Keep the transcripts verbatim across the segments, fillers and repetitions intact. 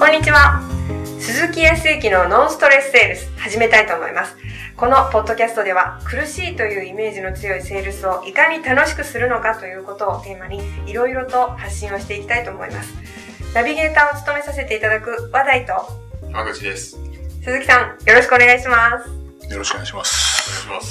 こんにちは。鈴木康之のノンストレスセールス始めたいと思います。このポッドキャストでは苦しいというイメージの強いセールスをいかに楽しくするのかということをテーマにいろいろと発信をしていきたいと思います。ナビゲーターを務めさせていただく話題と山口です。 鈴木さん、よろしくお願いします。 よろしくお願いします。お願いします。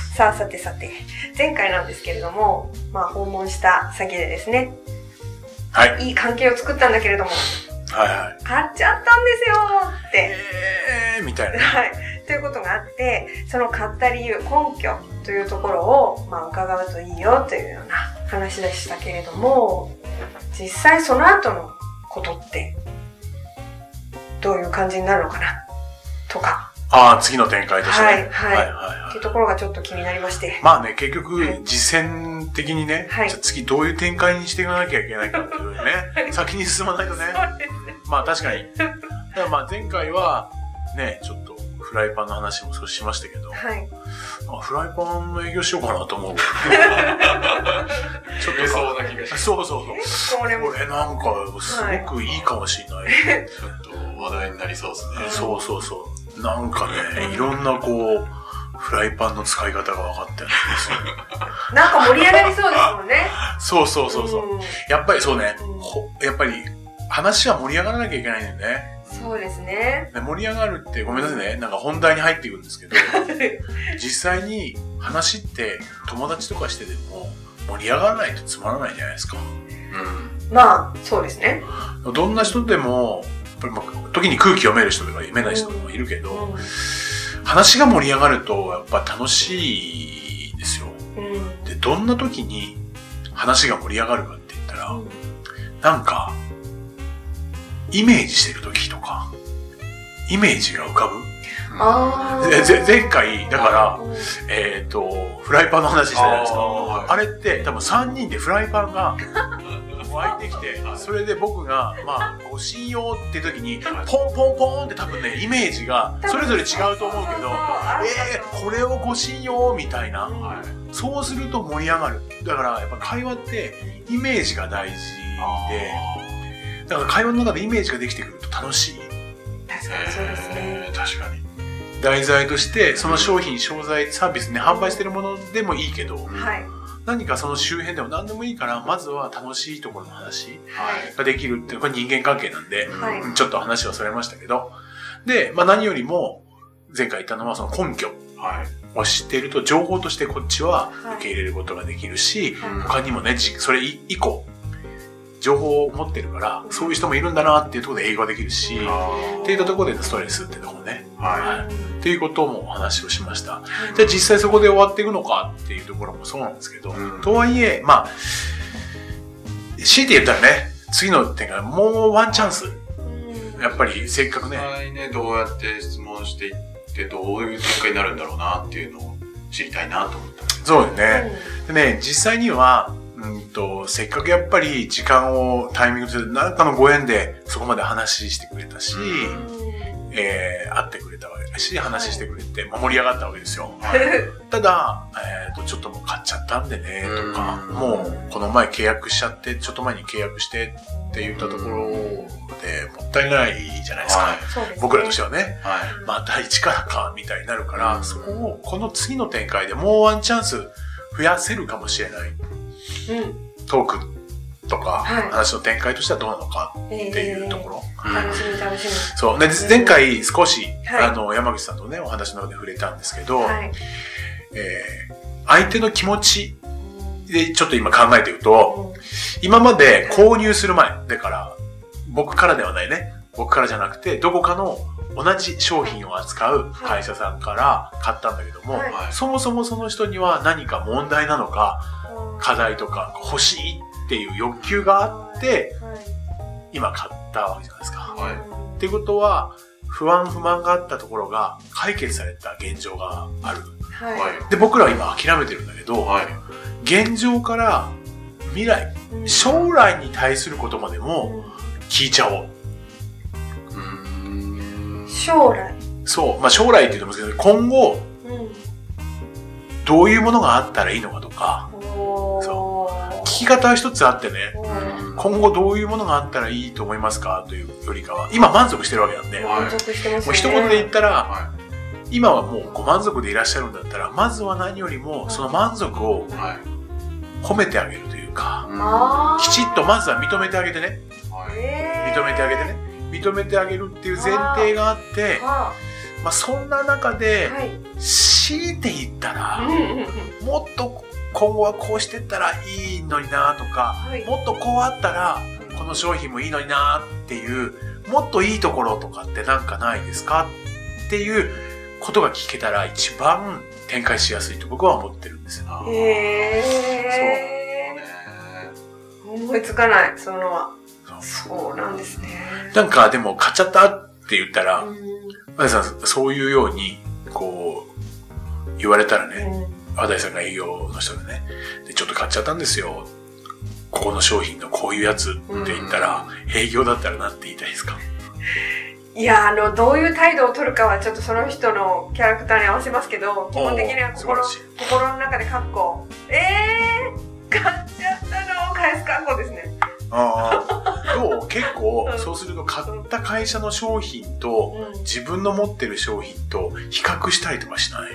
さあ、さてさて、前回なんですけれども、まあ訪問した先でですね、 はい、 いい関係を作ったんだけれども、 はいはい、 買っちゃったんですよって、 えーみたいな、 はい、ということがあって、その買った理由、根拠というところをまあ伺うといいよというような話でしたけれども、実際その後のことってどういう感じになるのかなとか。 ああ、次の展開としてね。 はい、はい、はいはいはい。っていうところがちょっと気になりまして。 まあね、結局、はい、実践的にね、 はい、 じゃあ次どういう展開にしていかなきゃいけないかっていうね、はい、先に進まないとね。 そうですね。 まあ確かに。だからまあ前回は、ね、ちょっとフライパンの話も少ししましたけど、 はい、 あフライパンの営業しようかなと思う。ちょっとそうな気がします。 そうそうそう。これなんか、すごくいいかもしれない。はい、 ちょっと話題になりそうですね。 そうそうそう。なんかね、いろんなこう、フライパンの使い方が分かってるんですよ。 なんか盛り上がりそうですもんね。 そうそうそうそう。うん、やっぱりそうね、うん、やっぱり話は盛り上がらなきゃいけないんだよね。 そうですね。 盛り上がるって、ごめんなさいね、なんか本題に入っていくんですけど、実際に話って友達とかしてでも盛り上がらないとつまらないじゃないですか。 うん、まあ、そうですね。 どんな人でも、やっぱり時に空気読める人とか読めない人もいるけど、うんうん、話が盛り上がるとやっぱ楽しいですよ、うん、でどんな時に話が盛り上がるかって言ったら、うん、なんかイメージしてる時とかイメージが浮かぶ。 あぜ前回だから、うん、えっ、ー、とフライパンの話したじゃないですか。 あ, あれって多分さんにんでフライパンが湧いてきて、それで僕が、まあ、ご信用って時に、ポンポンポンって多分ね、イメージがそれぞれ違うと思うけど、えー、これをご信用みたいな、はい、そうすると盛り上がる。だからやっぱ会話ってイメージが大事で、だから会話の中でイメージができてくると楽しい。 確かにそうですね。 確かに。題材として、その商品、商材、サービスね、販売してるものでもいいけど、はい、何かその周辺でも何でもいいから、まずは楽しいところの話ができるっていうのが人間関係なんで、はい、ちょっと話はそれましたけど、で、まあ何よりも、前回言ったのはその根拠を知っていると、情報としてこっちは受け入れることができるし、はい、他にもね、それ以降、情報を持ってるから、そういう人もいるんだなっていうところで英語ができるし、っていったところでストレスっていうところね、はい、っていうこともお話をしました。じゃあ実際そこで終わっていくのかっていうところもそうなんですけど、うん、とはいえ、まあ、強いて言ったらね、次の点がもうワンチャンス。やっぱりせっかくね。 実際ね、どうやって質問していって、どういう展開になるんだろうなっていうのを知りたいなと思った。 そうよね。でね、実際には、うんと、せっかくやっぱり時間をタイミングで何かのご縁でそこまで話してくれたし、えー、会ってくれたわけだし、話してくれて、まあ、盛り上がったわけですよ。ただ、えーと、ちょっともう買っちゃったんでね、とか、もうこの前契約しちゃって、ちょっと前に契約してって言ったところでもったいないじゃないですか。はい、僕らとしてはね。はい、また一からか、みたいになるから、そこをこの次の展開でもうワンチャンス増やせるかもしれない。うん、トークとか、はい、話の展開としてはどうなのかっていうところ。 えー、楽しみ楽しみ。 そう。で、前回少し、はい、あの、山口さんとね、お話の中で触れたんですけど、はい、えー、相手の気持ちでちょっと今考えていくと、うん、今まで購入する前、だから、僕からではないね。僕からじゃなくて、どこかの同じ商品を扱う会社さんから買ったんだけども、はい、そもそもその人には何か問題なのか、課題とか欲しいっていう欲求があって、はい、今買ったわけじゃないですか。はい、っていうことは不安不満があったところが解決された現状がある。はい、で僕らは今諦めてるんだけど、はい、現状から未来、うん、将来に対することまでも聞いちゃおう。 うーん、将来。 そう、まあ将来って言うと思うんですけど、今後、うん、どういうものがあったらいいのかとか。そう聞き方は一つあってね、 今後どういうものがあったらいいと思いますかというよりかは、今満足してるわけなんで、 満足してますね。 もう一言で言ったら、はい、今はもうご満足でいらっしゃるんだったら、まずは何よりもその満足を褒めてあげるというか、はい、きちっとまずは認めてあげてね、はい、認めてあげてね、認めてあげるっていう前提があって、まあ、そんな中で、はい、強いて言ったら、もっと今後はこうしてったらいいのになとか、はい、もっとこうあったらこの商品もいいのになっていう、もっといいところとかってなんかないですかっていうことが聞けたら一番展開しやすいと僕は思ってるんですよ。 へー。そう。思いつかない、そのは。そうなんですね。 なんかでも買っちゃったって言ったら、和田さんそういうようにこう言われたらね、和田さんが営業の人でね、でちょっと買っちゃったんですよ。ここの商品のこういうやつって言ったら、営業だったら何て言いたいですか？ いや、あの、どういう態度を取るかはちょっとその人のキャラクターに合わせますけど、基本的には心、心の中でカッコ。えー、買っちゃったのを返すカッコですね。 ああ、どう？結構、そうすると買った会社の商品と、うん、自分の持ってる商品と比較したりとかしない？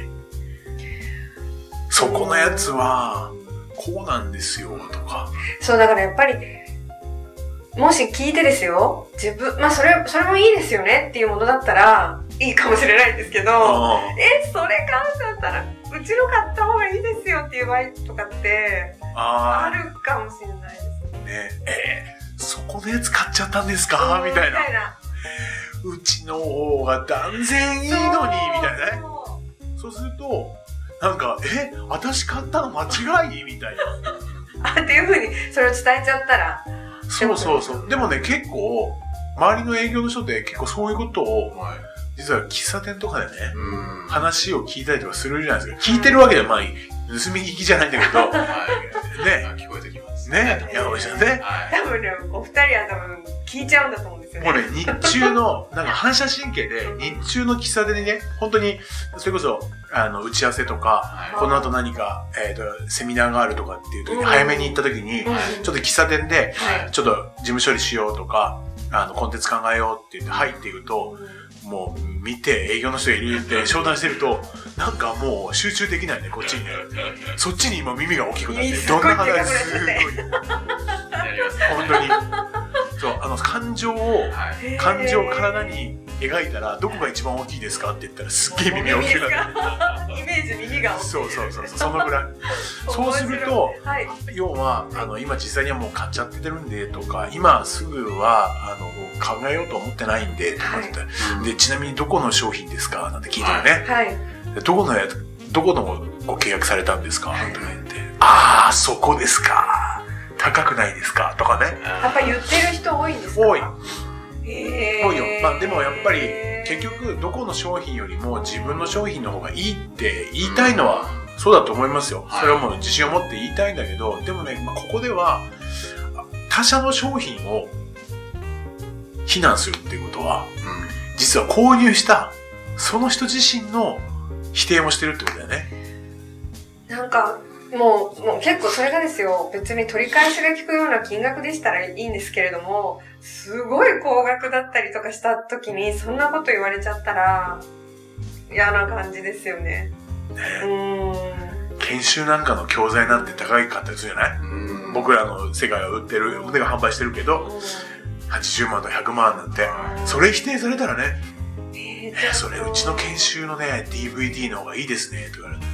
そこのやつは、こうなんですよ、とか。 そう、だからやっぱり、もし聞いてですよ、自分、まあそれ、それもいいですよねっていうものだったら、いいかもしれないんですけど、え、それ買うんだったら、うちの買った方がいいですよっていう場合とかって、あるかもしれないですね。えー、そこのやつ買っちゃったんですかみたいな。うちの方が断然いいのに、みたいなね。そうすると、なんか、え、私買ったの間違いみたいな。あ、っていう風にそれを伝えちゃったら。 そうそうそう。でもね、結構、周りの営業の人って結構そういうことを、はい、実は喫茶店とかでね、話を聞いたりとかするじゃないですか。聞いてるわけでは、まあ、盗み聞きじゃないんだけど、はい、ね。 聞こえてきます。 ね。いや、おいしいね。 多分ね、お二人は多分聞いちゃうんだと思うんですよね。 もうね、日中の、なんか反射神経で、日中の喫茶店にね、本当に、それこそ、あの、打ち合わせとか、はい、この後何か、えっと、セミナーがあるとかっていう時に、早めに行った時に、うん、ちょっと喫茶店で、はい、ちょっと事務処理しようとか、あの、コンテンツ考えようって言って入っていくと、もう見て営業の人がいるって商談してると、なんかもう集中できないね、こっちにね。そっちに今耳が大きくなって、どんな話すごい。本当に。そう、あの、感情を、感情を体に描いたら、どこが一番大きいですかって言ったら、すっげえ耳が大きくなって。 イメージ耳が大きい。 そうそうそう、そのぐらい。そうすると、はい、要は、あの、今実際にはもう買っちゃってるんで、とか、今すぐは、あの、考えようと思ってないんで、とかって、はい、で、ちなみにどこの商品ですかなんて聞いたらね。はい。どこのやつ、どこのご契約されたんですか、はい、とか言って。あー、そこですか。高くないですかとかね。 やっぱ言ってる人多いんですか？ 多い。 へー。 多いよ。まあでもやっぱり結局どこの商品よりも自分の商品の方がいいって言いたいのはそうだと思いますよ。それはもう自信を持って言いたいんだけど、でもね、まあ、ここでは他社の商品を非難するっていうことは、うん、実は購入したその人自身の否定もしてるってことだよね。 なんかもう、もう結構それがですよ、別に取り返しが効くような金額でしたらいいんですけれども、すごい高額だったりとかした時にそんなこと言われちゃったら嫌な感じですよね。 ね、うーん、研修なんかの教材なんて高いかったりするじゃない？うん、僕らの世界が売ってる、腕が販売してるけど、はちじゅうまんとひゃくまんなんて、それ否定されたらね、えー、それうちの研修のね、ディーブイディー の方がいいですね、と言われて。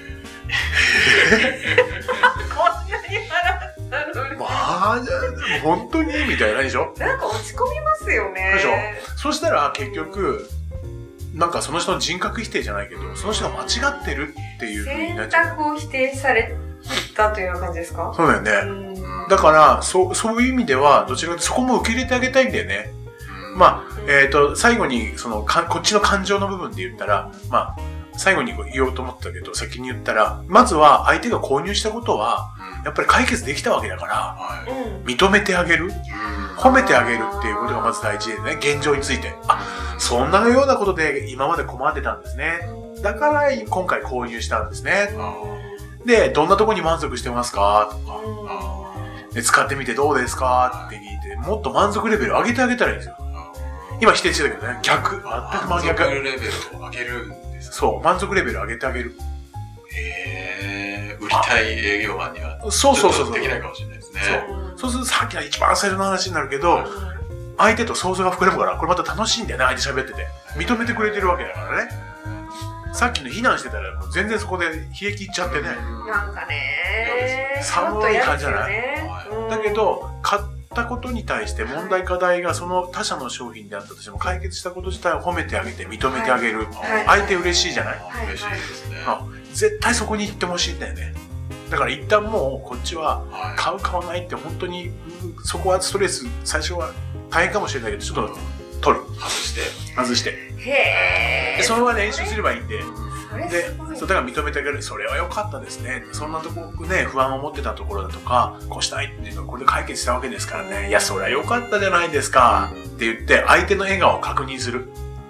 こんなに払ったのに。 まあ、本当にみたいなでしょ？ なんか落ち込みますよね。 でしょ？そしたら結局、なんかその人の人格否定じゃないけど、その人が間違ってるっていう風になっちゃう。 選択を否定されたというような感じですか？ そうだよね。だから、そう、そういう意味では、どちらかというとそこも受け入れてあげたいんだよね。まあ、えっと、最後に、その、か、こっちの感情の部分で言ったら、まあ、最後に言おうと思ったけど、先に言ったら、まずは相手が購入したことは、やっぱり解決できたわけだから、認めてあげる、褒めてあげるっていうことがまず大事でね、現状について。あ、そんなようなことで今まで困ってたんですね。だから今回購入したんですね。で、どんなとこに満足してますかとか。 で使ってみてどうですかって聞いて、もっと満足レベル上げてあげたらいいんですよ。今否定してたけどね、逆、全く真逆。 満足レベルを上げるんですか？ そう、満足レベル上げてあげる。 へー、売りたい営業マンにはそうそうそうそうできないかもしれないですね。 そう。そうするとさっきの一番最初の話になるけど、相手と想像が膨らむから、これまた楽しいんだよね、相手喋ってて。認めてくれてるわけだからね。さっきの非難してたら、もう全然そこで冷え切っちゃってね。 なんかね、 寒い感じじゃない？だけど、買ったことに対して問題課題がその他社の商品であったとしても解決したこと自体を褒めてあげて認めてあげる。相手嬉しいじゃない？ 嬉しいですね。 絶対そこに行ってほしいんだよね。だから一旦もうこっちは買う買わないって本当にそこはストレス最初は大変かもしれないけどちょっと取る。 外して。 外して。 へー。 で、そのまま練習すればいいんで。で、 そうだから認めてあげる。それは良かったですね。そんなところね、不安を持ってたところだとか、こうしたいっていうのをこれで解決したわけですからね。いや、それは良かったじゃないですか。って言って、相手の笑顔を確認する。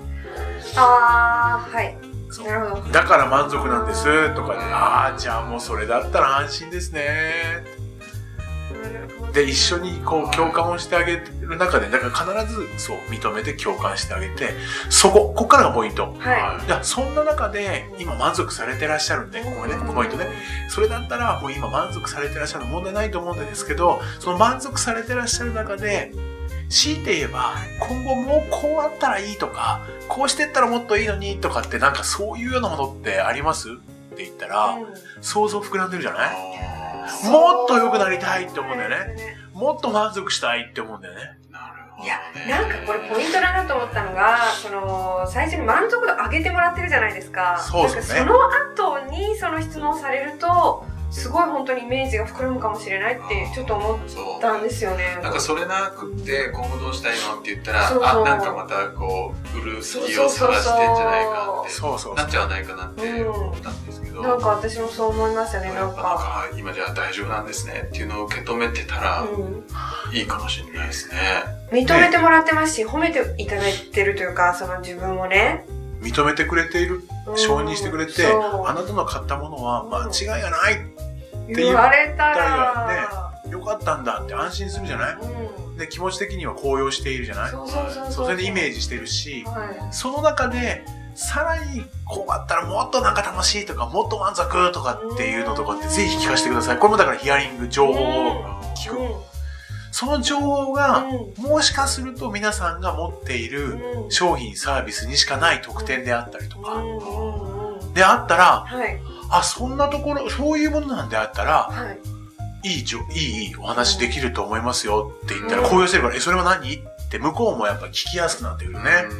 あー、はい。なるほど。 だから満足なんです。とかで、あー、じゃあもうそれだったら安心ですね。で、一緒にこう共感をしてあげる中で、だから必ずそう認めて共感してあげて、そこ、ここからがポイント。 はい。 いや、そんな中で今満足されてらっしゃるんで、ここがね、ポイントね。それだったらもう今満足されてらっしゃるの問題ないと思うんですけど、その満足されてらっしゃる中で、強いて言えば、今後もうこうあったらいいとか、こうしてったらもっといいのにとかってなんかそういうようなものってありますって言ったら、うん、想像膨らんでるじゃない？もっと良くなりたいって思うんだよね。もっと満足したいって思うんだよね。 なるほど、 いや、なんかこれポイントだなと思ったのが、その、最初に満足度上げてもらってるじゃないですか。 そうですね。 その後にその質問されると、すごい本当にイメージが膨らむかもしれないってちょっと思ったんですよね。 なんかそれなくって今後どうしたいのって言ったら、そうそう、あ、なんかまたこう売る隙を探してんじゃないかってなっちゃわないかなって思ったんですけど、 うん、なんか私もそう思いますよね。なんか、なんか今じゃあ大丈夫なんですねっていうのを受け止めてたら、うん、いいかもしれないですね。 認めてもらってますし、褒めていただいてるというか、その自分をね認めてくれている、承認してくれて、あなたの買ったものは間違いがないって言われたらね、よかったんだって安心するじゃない、うん、で気持ち的には高揚しているじゃない、 そうそうそうそう、 それでイメージしてるし、 はい、 その中でさらにこうあったらもっとなんか楽しいとかもっと満足とかっていうのとかってぜひ聞かせてください。これもだからヒアリング、情報を聞く、うんうん、その情報が、うん、もしかすると皆さんが持っている商品サービスにしかない特典であったりとか、うん、であったら、はい、あ、そんなところ、そういうものなんであったら、はい、いいじょ、いいお話できると思いますよって言ったら、高揚してるから、え、それは何って向こうもやっぱ聞きやすくなってくるね。うん、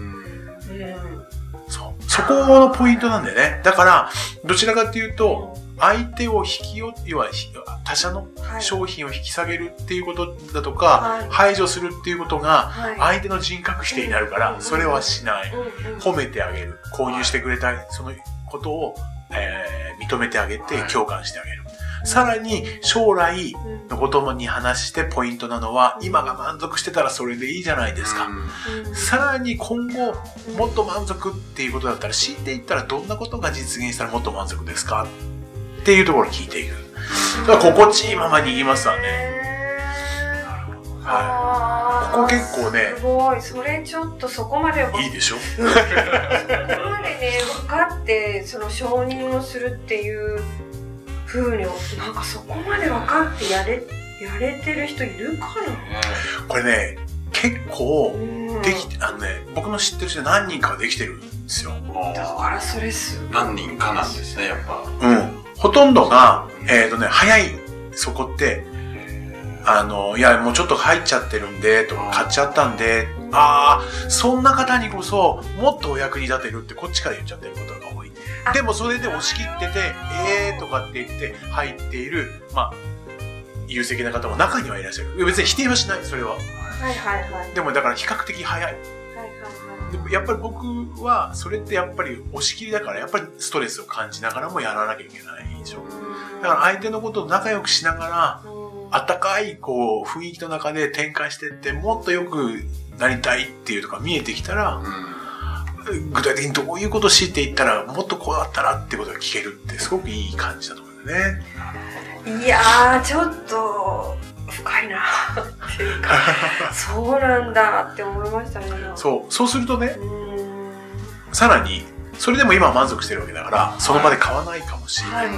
そう。そこのポイントなんだよね。だから、どちらかっていうと、相手を引きよ、要は他社の商品を引き下げるっていうことだとか、はい、排除するっていうことが、相手の人格否定になるから、それはしない。褒めてあげる。購入してくれたい、そのことを、えー、認めてあげて共感してあげる、はい、さらに将来のことに話してポイントなのは、うん、今が満足してたらそれでいいじゃないですか、うん、さらに今後もっと満足っていうことだったら強いていったらどんなことが実現したらもっと満足ですかっていうところを聞いていく。だから心地いいままに言いますわね。はい、ここ結構ね、 すごい、それちょっとそこまでいいでしょそこまでね分かってその承認をするっていう風に、なんかそこまで分かってやれやれてる人いるかな。 これね結構できて、あのね、僕の知ってる人で何人かできてるんですよ。 だからそれすごい何人かなんですね、やっぱ。 うん、ほとんどがえっとね早い、そこってあの、いや、もうちょっと入っちゃってるんで、とか、買っちゃったんで、ああ、そんな方にこそ、もっとお役に立てるってこっちから言っちゃってることが多い。でもそれで押し切ってて、えーとかって言って入っている、まあ、優勢な方も中にはいらっしゃる。別に否定はしない、それは。 はいはいはい。 でもだから比較的早い。はいはいはい。 でもやっぱり僕は、それってやっぱり押し切りだから、やっぱりストレスを感じながらもやらなきゃいけないでしょ。だから相手のことを仲良くしながら、あったかいこう雰囲気の中で展開していって、もっと良くなりたいっていうのが見えてきたら、うん、具体的にどういうことを知っていったらもっとこうだったらってことが聞けるってすごくいい感じだと思うね。 ね。 いやーちょっと深いなっていうかそうなんだって思いましたね。 そうそうするとね、うんさらにそれでも今は満足してるわけだからその場で買わないかもしれない、はい、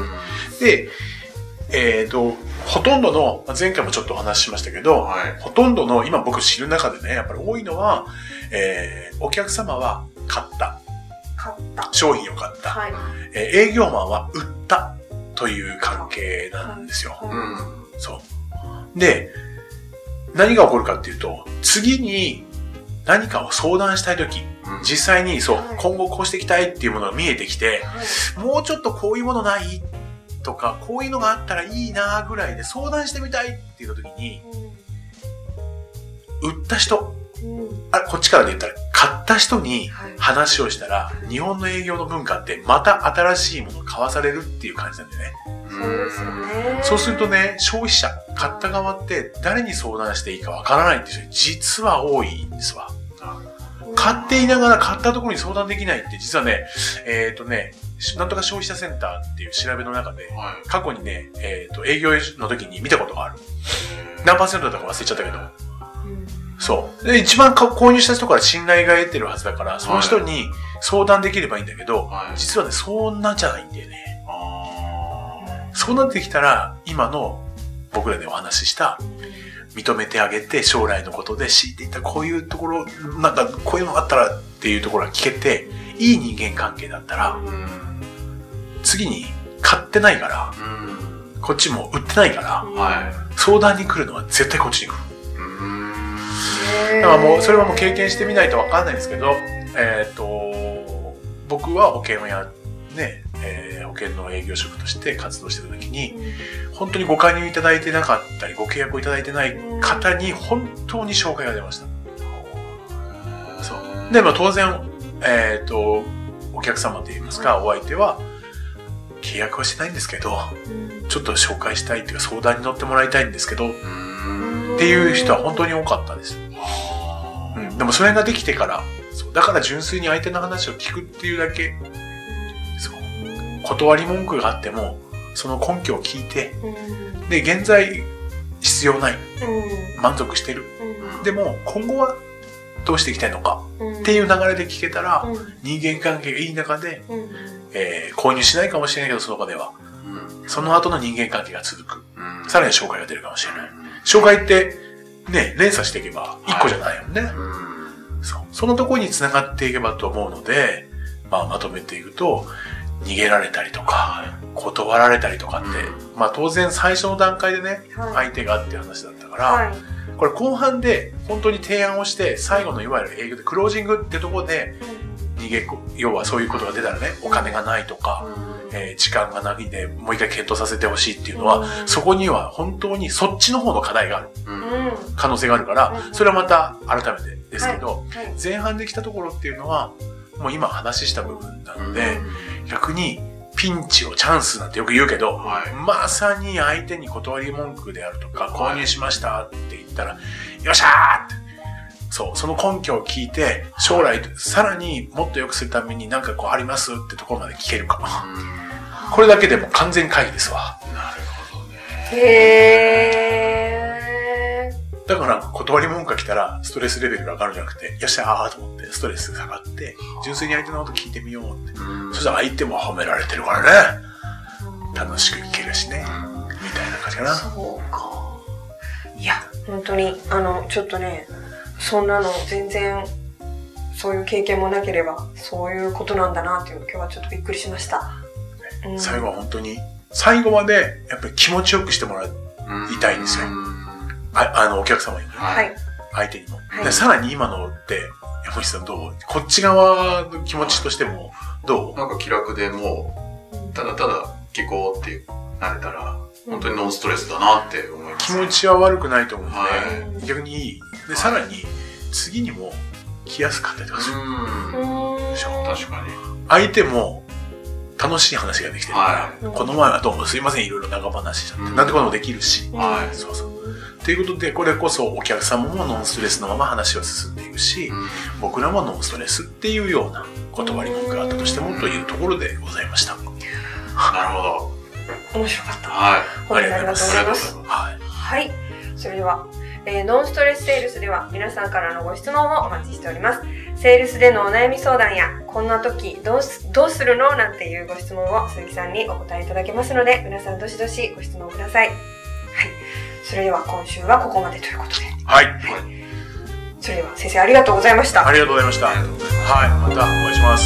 でえっとほとんどの前回もちょっとお話ししましたけど、はい、ほとんどの今僕知る中でねやっぱり多いのは、えー、お客様は買った買った商品を買った、はいえー、営業マンは売ったという関係なんですよ、はいうん、そうで何が起こるかっていうと次に何かを相談したいとき、うん、実際にそう、はい、今後こうしていきたいっていうものが見えてきて、はい、もうちょっとこういうものないとかこういうのがあったらいいなぐらいで相談してみたいって言ったときに、うん、売った人、うん、あこっちからで言ったら買った人に話をしたら、はい、日本の営業の文化ってまた新しいものを買わされるっていう感じなんでね。 そうですよね。 そうするとね、消費者、買った側って誰に相談していいかわからないんですよ。実は多いんですわ。買っていながら買ったところに相談できないって実はね、えっとね、なんとか消費者センターっていう調べの中で、はい、過去にね、えっと、営業の時に見たことがある。何パーセントだか忘れちゃったけど。そう。で、一番購入した人から信頼が得てるはずだから、その人に相談できればいいんだけど、はい、実はね、そんなじゃないんだよね。そうなってきたら、今の僕らでお話しした、認めてあげて将来のことで強いていったこういうところ、なんかこういうのがあったらっていうところが聞けて、いい人間関係だったら、次に買ってないから、こっちも売ってないから、相談に来るのは絶対こっちに来る。だからもうそれはもう経験してみないと分かんないんですけど、えっと僕は保険をやね、えー、保険の営業職として活動してた時に、うん、本当にご加入いただいてなかったりご契約をいただいてない方に本当に紹介が出ました。うん、そうでも当然、えっとお客様といいますか、うん、お相手は契約はしてないんですけど、うん、ちょっと紹介したいっていうか相談に乗ってもらいたいんですけど、うん、っていう人は本当に多かったです。うん、でもそれができてからそうだから純粋に相手の話を聞くっていうだけ、そう断り文句があってもその根拠を聞いて、うん、で現在必要ない、うん、満足してる、うん、でも今後はどうしていきたいのか、うん、っていう流れで聞けたら、うん、人間関係がいい中で、うんえー、購入しないかもしれないけどその場では、うん、その後の人間関係が続く、うん、さらに紹介が出るかもしれない、うん、紹介ってね、連鎖していけば一個じゃないよね、はいうん、そうそのところに繋がっていけばと思うので、まあ、まとめていくと逃げられたりとか断られたりとかって、うん、まあ当然最初の段階でね、はい、相手がっていう話だったから、はい、これ後半で本当に提案をして最後のいわゆる営業でクロージングってところで逃げ要はそういうことが出たらねお金がないとか、うんえー、時間がないんでもう一回検討させてほしいっていうのは、うん、そこには本当にそっちの方の課題がある、うん、可能性があるからそれはまた改めてですけど、はいはい、前半で来たところっていうのはもう今話した部分なので、うん、逆にピンチをチャンスなんてよく言うけど、はい、まさに相手に断り文句であるとか購入しましたって言ったら、はい、よっしゃーってそうその根拠を聞いて将来さらにもっと良くするために何かこうありますってところまで聞けるかも、うん、これだけでも完全会議ですわ。 なるほどね。 へー。 だから断り文句が来たらストレスレベルが上がるんじゃなくてよっしゃーと思ってストレスが下がって純粋に相手のこと聞いてみようって、うん、そしたら相手も褒められてるからね、うん、楽しく聞けるしね、うん、みたいな感じかな。 そうか。いや本当にあのちょっとねそんなの全然そういう経験もなければそういうことなんだなっていうの今日はちょっとびっくりしました、 うん、最後は本当に最後までやっぱり気持ちよくしてもらいたいんですよ、うんあ, あのお客様にも、はい、相手にも、はい、でさらに今のって山口さんどうこっち側の気持ちとしてもどうなんか気楽でもうただただ聞こうってなれたら本当にノンストレスだなって思います、 ね、気持ちは悪くないと思うんで、はい、逆にいいで、はい、さらに次にも来やすかったりとかするうんでしょ確かに相手も楽しい話ができてるから、はい、この前はどうもすいませんいろいろ長話しちゃって、うん、なんてこともできるし、はい、そうそうということでこれこそお客様もノンストレスのまま話は進んでいくし、うん、僕らもノンストレスっていうような断り文句があったとしてもというところでございました。 なるほど。 面白かった。 はい。 本日ありがとうございます。 はい。 はい。それでは、えー、ノンストレスセールスでは皆さんからのご質問をお待ちしております。セールスでのお悩み相談や、こんな時どうす、どうするのなんていうご質問を鈴木さんにお答えいただけますので、皆さんどしどしご質問ください。はい。それでは今週はここまでということで。 はい。はい、 それでは先生ありがとうございました。 ありがとうございました。はい。またお会いします。